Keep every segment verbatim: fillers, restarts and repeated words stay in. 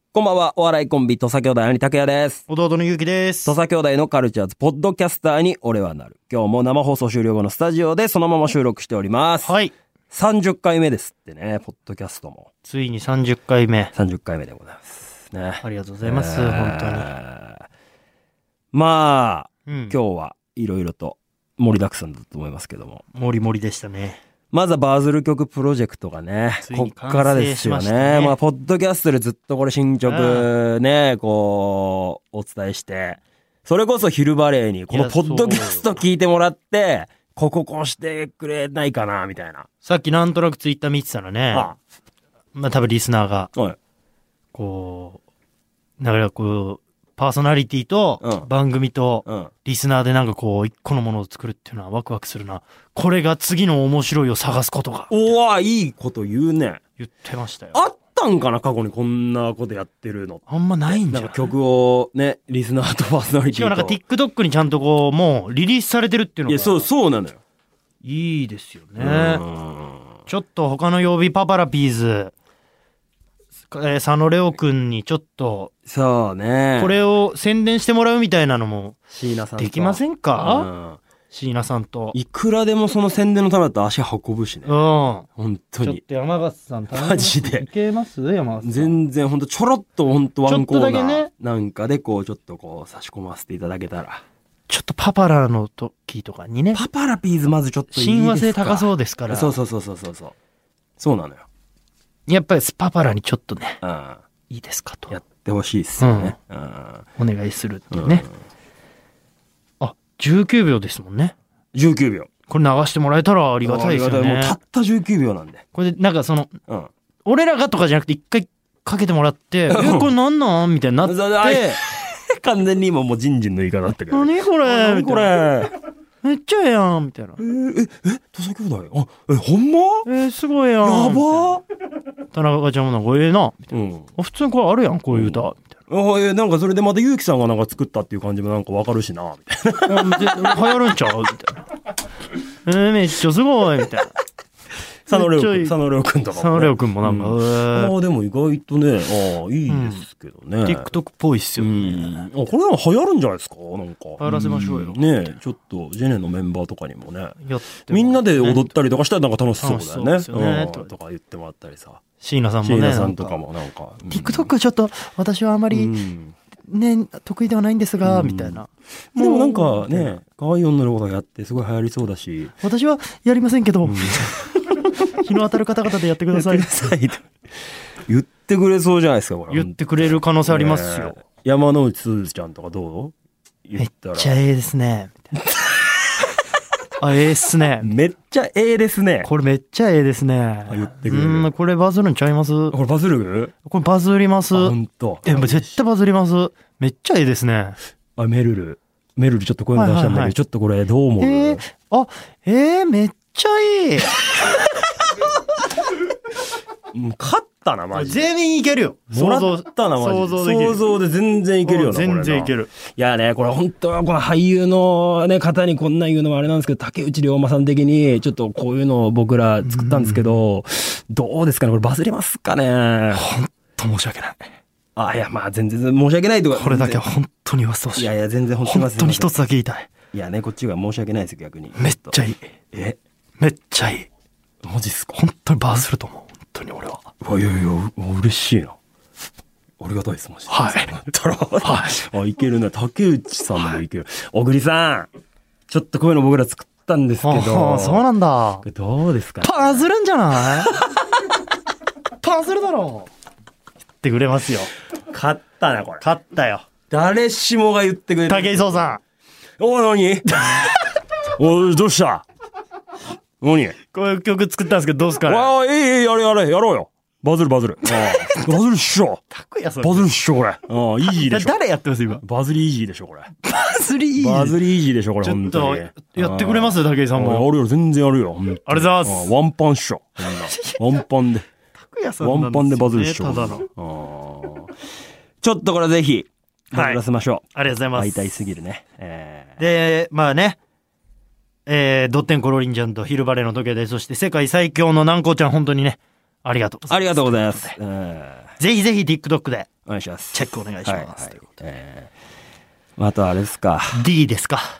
こんばんは、お笑いコンビ、土佐兄弟兄拓也です。 弟のゆうきです。 土佐兄弟のカルチャーズ、ポッドキャスターに俺はなる。今日も生放送終了後のスタジオでそのまま収録しております。 はい。 さんじゅっかいめですってね、ポッドキャストも。 ついにさんじゅっかいめ。 さんじゅっかいめでございます。ね。 ありがとうございます、えー、本当に。 まあ、うん、今日はいろいろと盛りだくさんだと思いますけども。 盛り盛りでしたね。 まずはバズる曲プロジェクトがね、こっからですよね。まあ、ポッドキャストでずっとこれ進捗ね、うん、こう、お伝えして、それこそ昼バレーにこのポッドキャスト聞いてもらって、こここうしてくれないかな、みたいな。 さっきなんとなくツイッター見てたらね、ああまあ多分リスナーが、はい、こう、だからこう、パーソナリティと番組とリスナーでなんかこう一個のものを作るっていうのはワクワクするな。これが次の面白いを探すことが。 おわ、いいこと言うね。 言ってましたよ。 あったんかな過去にこんなことやってるの。 あんまないんじゃない？ なんか曲をね、リスナーとパーソナリティと。しかもなんか TikTok にちゃんとこうもうリリースされてるっていうのが。 いや、そう、そうなのよ。 いいですよね。ちょっと他の曜日パパラピーズ、えー、佐野レオくんにちょっとそうねこれを宣伝してもらうみたいなのも椎名さんとできませんか？椎名さんといくらでもその宣伝のためだったら足運ぶしね。うん本当にちょっと山形さんマジでいけます？山形さん全然本当ちょろっと本当ワンコーナーなんかでこうちょっとこう差し込ませていただけたらちょっとパパラの時とかにねパパラピーズまずちょっといいですか？ 親和性高そうですからそうそうそうそうそうそうそうなのよ。 やっぱりパパラにちょっとね、 うん、 いいですかとやってほしいっすよね、 うん、お願いするっていうね、うん、あじゅうきゅうびょうですもんね。 じゅうきゅうびょうこれ流してもらえたらありがたいですよね。 もうたったじゅうきゅうびょうなんでこれでなんかその、うん、俺らがとかじゃなくて一回かけてもらってえこれなんなんみたいになって完全に今もうジンジンの言い方だったけど何これ何これめっちゃええやんみたいな。 えー、ええ土佐兄弟あえほんまえー、すごいやんやば田中ちゃんもなんかええなみたいな、うん、あ普通にこれあるやんこういう歌、うん、みたいな。 あえー、なんかそれでまたゆうきさんがなんか作ったっていう感じもなんかわかるしなみたいな流行るんちゃうみたいなえー、めっちゃすごいみたいな佐野レオくん佐野レオくんとかも、ね、 佐野レオくんもなんか、うん、 ああでも意外とねああいいですけどね、うん、 TikTok っぽいっすよね、 うん、あこれは流行るんじゃないですかなんか流行らせましょうよ、 うん、ねちょっとジェネのメンバーとかにもねみんなで踊ったりとかしたらなんか楽しそうだよね、そうね、うん、とか言ってもらったりさ椎名さんもね椎名さんとかもなんか、 うん、TikTok はちょっと私はあまり、うんね、得意ではないんですが、うん、みたいな。 でもなんかね、可愛い女の子がやってすごい流行りそうだし。 私はやりませんけど、うん、日の当たる方々でやってください。 言ってくれそうじゃないですか、これ。 言ってくれる可能性ありますよ。ね、 山之内すずちゃんとかどう言ったら。めっちゃええですね。みたいなあ、ええっすね。 めっちゃええですね。 これめっちゃええですね。 言ってくれる。 うん、これバズるんちゃいます？これバズる？ これバズります。 ほんと。 え、絶対バズります。めっちゃええですね。 あ、メルル。メルルちょっと声出したんだけど、はいはいはい、ちょっとこれどう思う？ えー、あ、えー、めっちゃいい。 勝ったな、マジで。 全員いけるよ。 もらったな、マジで。想像できる。想像で全然いけるよな、 全然いける。 いやね、これ本当はこの俳優のね、方にこんなん言うのもあれなんですけど、竹内涼真さん的に、ちょっとこういうのを僕ら作ったんですけど、どうですかねこれバズりますかね？ 本当申し訳ない。 あ、いや、まあ全然申し訳ないとか。 これだけは本当に言わせてほしい。 いやいや、全然本当に。本当に一つだけ言いたい。 いやね、こっちが申し訳ないですよ、逆に。 めっちゃいい。 えめっちゃいい。 マジっすか？ 本当にバズると思う。本当に俺は。 いやいや、嬉しいな。ありがたいです、マジで。 はい。 たら、はい。あ、いけるね。竹内さんもいける。小栗さん、ちょっとこういうの僕ら作ったんですけど。 あ、そうなんだ。 これどうですか？ バズるんじゃない？バズるだろう。言ってくれますよ。 勝ったな、これ。 勝ったよ。 誰しもが言ってくれる。 武井壮さん。お、なにおい、どうした何こういう曲作ったんですけどどうすかね？ ああ、いいいい、やれやれ、やろうよ。バズるバズる。あバズるっしょ。 拓也さん。 バズるっしょ、これ。ああ、イージーでしょ。 誰やってます今？ バズりイージーでしょ、これ。 バズりイージーバズりイージーでしょ、これ。 ちょっと、やってくれます武井さんも。 やるよ、全然やるよ。 ありがとうございます。 ワンパンっしょ。ワンパンで。 拓也さんワンパンでバズるっしょ。 ただの。 ちょっとこれぜひ、バズらせましょう。 ありがとうございます。 会いたいすぎるね。 で、まあね。えー、ドッテンコロリンちゃんと昼バレの時計で、そして世界最強の南光ちゃん、本当にね、 ありがとうございます。 ありがとうございます。 ぜひぜひ TikTok でお願いします。 チェックお願いします。 えー、あとあれですか。 D ですか。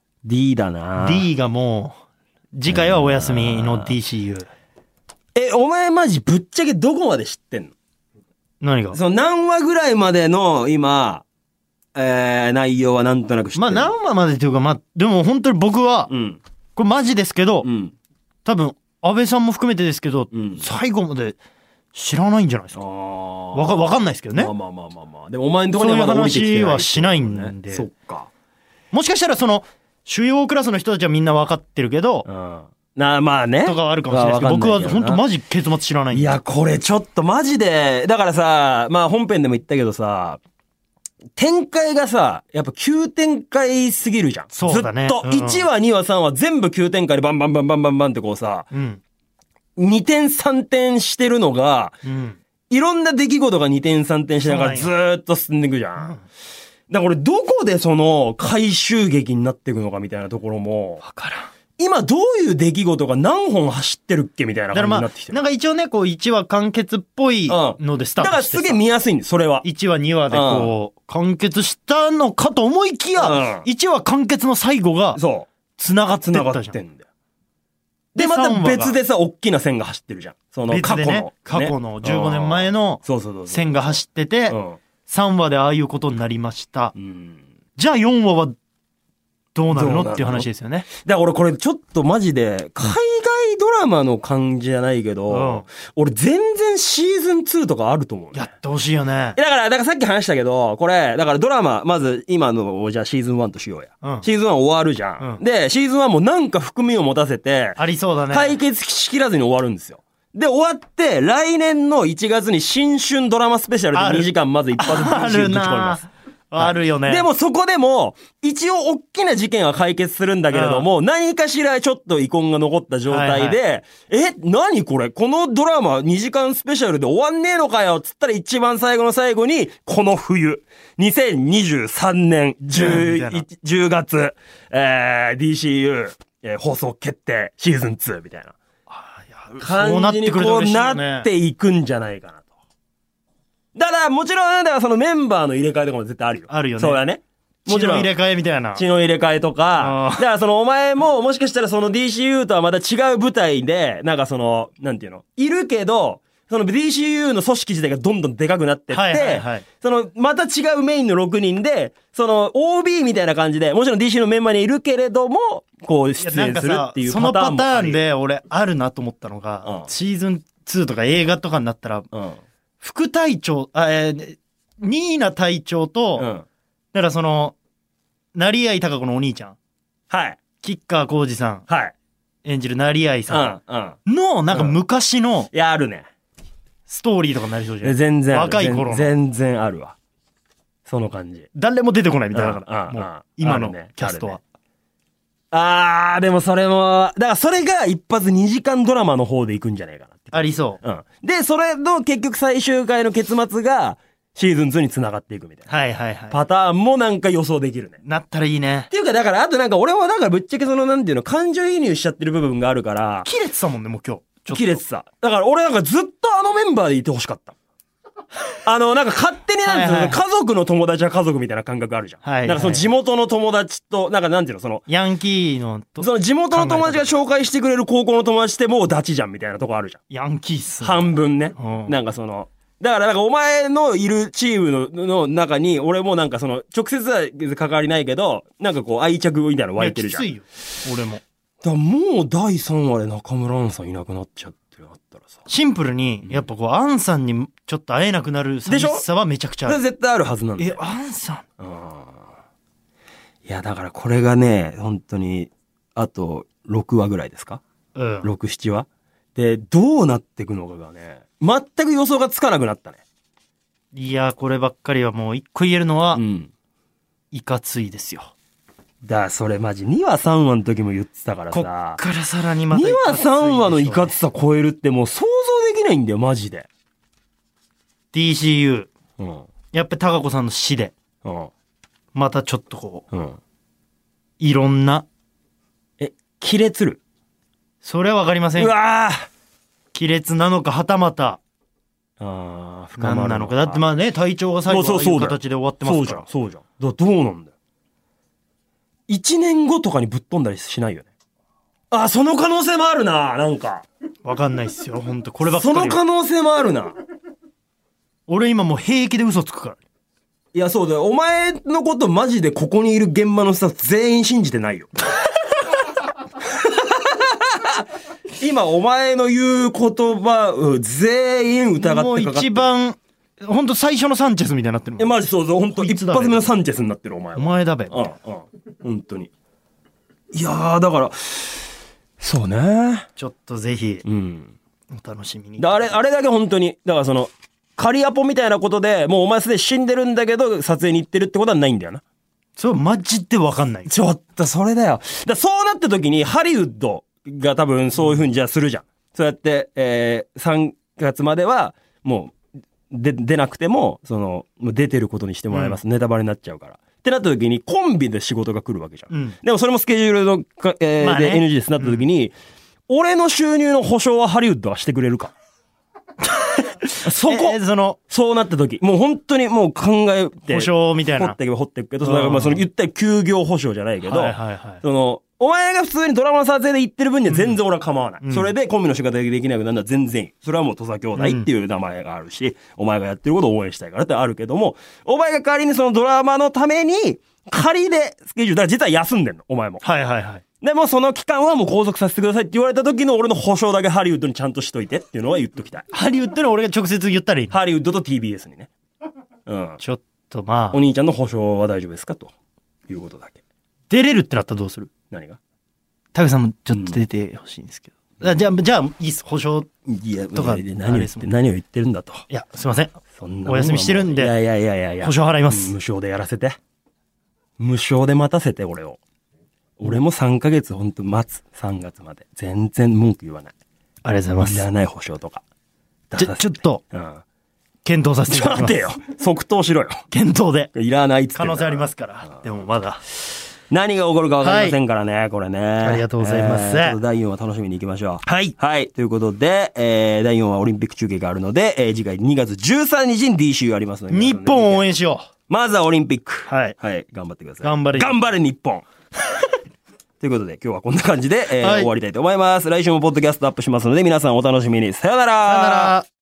D だな。 D がもう、次回はお休みの ディーシーユー。 え、お前マジぶっちゃけどこまで知ってんの？ 何が？ その何話ぐらいまでの今、えー、内容はなんとなく知ってる。 まあ何話までっていうか、まあ、でも本当に僕は、うん、これマジですけど、うん、多分、安倍さんも含めてですけど、うん、最後まで知らないんじゃないですか。わか、わかんないですけどね。 まあまあまあまあまあ。でもお前のところにはまだ降りてきてない、 そういう話はしないんで。 そっか。 もしかしたらその、主要クラスの人たちはみんな分かってるけど、うん、 なあまあね。 とかはあるかもしれないですけど、僕は本当マジ結末知らないんで。 いや、これちょっとマジで、だからさ、まあ本編でも言ったけどさ、展開がさ、やっぱ急展開すぎるじゃん。 そうだね。 ずっと、いちわ、にわ、さんわ全部急展開でバンバンバンバンバンバンってこうさ、うん、にてんさんてんしてるのが、うん、いろんな出来事がにてんさんてんしながらずーっと進んでいくじゃん。うん、だからこれどこでその回収劇になっていくのかみたいなところも、 わからん。 今どういう出来事が何本走ってるっけみたいな感じになってきてる。 だからまあ、なんか一応ね、こういちわ完結っぽいのでスタートして、うん、だからすげえ見やすいんです、それは。 いちわ、にわでこう、うん、完結したのかと思いきや、うん、いちわ完結の最後が、そう。繋がってったじゃん。繋がってんだよ。で、また別でさ、大きな線が走ってるじゃん。その過去の、ね。ね、 過去のじゅうごねんまえの線が走ってて、さんわでああいうことになりました。うん、じゃあよんわはどうなるのっていう話ですよね。 だから俺これちょっとマジで、海外ドラマの感じじゃないけど、うん、俺全然シーズンツーとかあると思う、ね。 やってほしいよね。 だから、だからさっき話したけど、これ、だからドラマ、まず今のじゃあシーズンワンとしようや。うん、シーズンワン終わるじゃん。うん、で、シーズンワンもなんか含みを持たせて、 ありそうだね。 解決しきらずに終わるんですよ。で、終わって、来年のいちがつに新春ドラマスペシャルでにじかんまず一発でぶち込みます。 あるよね。 でもそこでも、一応大きな事件は解決するんだけれども、うん、何かしらちょっと遺恨が残った状態で、はいはい、え、何これこのドラマにじかんスペシャルで終わんねえのかよつったら一番最後の最後に、この冬、にせんにじゅうさんねんじゅうがつ、えー、ディーシーユー、えー、放送決定、シーズンツーみたいな。 あいや感じにこうなっていくんじゃないかな。だから、もちろん、だからそのメンバーの入れ替えとかも絶対あるよ。 あるよね。 そうだね。 もちろん。血の入れ替えみたいな。 血の入れ替えとか。だからそのお前も、もしかしたらその ディーシーユー とはまた違う舞台で、なんかその、なんていうのいるけど、その ディーシーユー の組織自体がどんどんでかくなってって、はいはいはい、その、また違うメインのろくにんで、その オービー みたいな感じで、もちろん ディーシーユー のメンバーにいるけれども、こう出演するっていうパターンもある。 そのパターンで俺あるなと思ったのが、うん、シーズンツーとか映画とかになったら、うん、副隊長、あ、えー、ニーナ隊長と、うん、だからその、成合隆子のお兄ちゃん。 はい。 吉川晃司さん。 はい。 演じる成合さん。うん。の、なんか昔の、 いや、あるね。 ストーリーとかになりそうじゃん。 全然ある。 若い頃の。 全然あるわ。その感じ。 誰も出てこないみたいな。だから、もう、今のキャストは。 あー、でもそれも、だからそれが一発にじかんドラマの方で行くんじゃないかなって。 ありそう。 うん。で、それの結局最終回の結末が、シーズンツーに繋がっていくみたいな。 はいはいはい。 パターンもなんか予想できるね。 なったらいいね。 っていうかだから、あとなんか俺もだからぶっちゃけそのなんていうの、感情移入しちゃってる部分があるから。 切れてたもんね、もう今日。 切れてた。だから俺なんかずっとあのメンバーでいてほしかった。あの、なんか勝手になんですよ、はいはい、家族の友達は家族みたいな感覚あるじゃん。はい、はい。なんかその地元の友達と、なんかなんていうの、その。 ヤンキーの。 その地元の友達が紹介してくれる高校の友達ってもうダチじゃんみたいなとこあるじゃん。 ヤンキーっす、ね。 半分ね。うん、なんかその。だからなんかお前のいるチームの、の中に、俺もなんかその、直接は関わりないけど、なんかこう愛着みたいなの湧いてるじゃん。 きついよ。俺も。 だからもうだいさんわで中村アンさんいなくなっちゃってあったらさ。 シンプルに、やっぱこう、アンさんにちょっと会えなくなる寂しさはめちゃくちゃある。 絶対あるはずなんだよ。 え、アンさん、 うん、いや、だからこれがね、本当に、あとろくわぐらいですか？うん。ろく、ななわで、どうなっていくのかがね、全く予想がつかなくなったね。 いや、こればっかりはもう一個言えるのは、うん、いかついですよ。 だ、それマジにわさんわの時も言ってたからさ。 こっからさらにまたにわさんわのいかつさ超えるってもう想像できないんだよ、マジで。 ディーシーユー。うん。やっぱ高子さんの死で。うん。またちょっとこう。うん。いろんな。 え、亀裂る？ それはわかりません。 うわー！ 亀裂なのか、はたまた。 ああ、 深まるのか。何なのか。だってまあね、体調が最後はいう形で終わってますから。 そうじゃん、そうじゃん。だからどうなんだよ。一年後とかにぶっ飛んだりしないよね。あ、その可能性もあるな、なんか。 わかんないっすよ、ほんと。こればっかり。 その可能性もあるな。 俺今もう平気で嘘つくから。 いや、そうだよ。お前のことマジでここにいる現場のスタッフ全員信じてないよ。今、お前の言う言葉、全員疑ってかかってる。もう一番、ほんと最初のサンチェスみたいになってるもん。 え、マジそうそう、ほんと一発目のサンチェスになってる、お前は。 お前だべ。 うん、うん。ほんとに。いやー、だから、そうね。 ちょっとぜひ、 うん。 お楽しみに。 あれ、あれだけ本当に、だからその、仮アポみたいなことで、もうお前すでに死んでるんだけど、撮影に行ってるってことはないんだよな。 そう、マジでわかんない。 ちょっと、それだよ。だそうなった時に、ハリウッドが多分そういう風にじゃあするじゃん。そうやって、えー、さんがつまでは、もう、で、出なくても、その、出てることにしてもらいます。うん、ネタバレになっちゃうから。ってなった時に、コンビで仕事が来るわけじゃん。うん、でもそれもスケジュールのか、えーまあね、で エヌジー ですなった時に、うん、俺の収入の保証はハリウッドはしてくれるか。そこ、えー、その、そうなった時、もう本当にもう考えて。 保証みたいな。 掘っていけば掘っていくけど、その、まあその言ったら休業保証じゃないけど、 はいはいはい、 その、お前が普通にドラマの撮影で行ってる分には全然俺は構わない。うん、それでコンビの仕方できなくなるのは全然いい。それはもう土佐兄弟っていう名前があるし、うん、お前がやってることを応援したいからってあるけども、お前が代わりにそのドラマのために、仮でスケジュール、だから実は休んでんの、お前も。 はいはいはい。 でもその期間はもう拘束させてくださいって言われた時の俺の保証だけハリウッドにちゃんとしといてっていうのは言っときたい。 ハリウッドに俺が直接言ったらいいの？ ハリウッドと ティービーエス にね。うん。 ちょっとまあ。 お兄ちゃんの保証は大丈夫ですかということだけ。 出れるってなったらどうする？ 何が？ タグさんもちょっと出てほしいんですけど。うん、あじゃあ、じゃあ、いいっす。保証とか。 いや、何を言って、何を言ってるんだと。 いや、すいません。 そんなお休みしてるんで。 いやいやいやいやいや。 保証払います、 うん。無償でやらせて。無償で待たせて、俺を。俺もさんかげつほんと待つ。さんがつまで。全然文句言わない。 ありがとうございます。 いらない保証とか。 ちょ、ちょっと。うん。検討させていただきます。 ちょっと待てよ。即答しろよ。 検討で。 いらないっつって。 可能性ありますから。でもまだ。 何が起こるか分かりませんからね、はい、これね。 ありがとうございます。えー、だいよん話楽しみに行きましょう。 はい。 はい。ということで、えー、だいよんはオリンピック中継があるので、えー、次回にがつじゅうさんにちに ディーシーユー ありますので。 日本を応援しよう。 まずはオリンピック。 はい。 はい。頑張ってください。 頑張れ。 頑張れ日本。ということで、今日はこんな感じで、えーはい、終わりたいと思います。来週もポッドキャストアップしますので、皆さんお楽しみに。さよなら。 さよなら。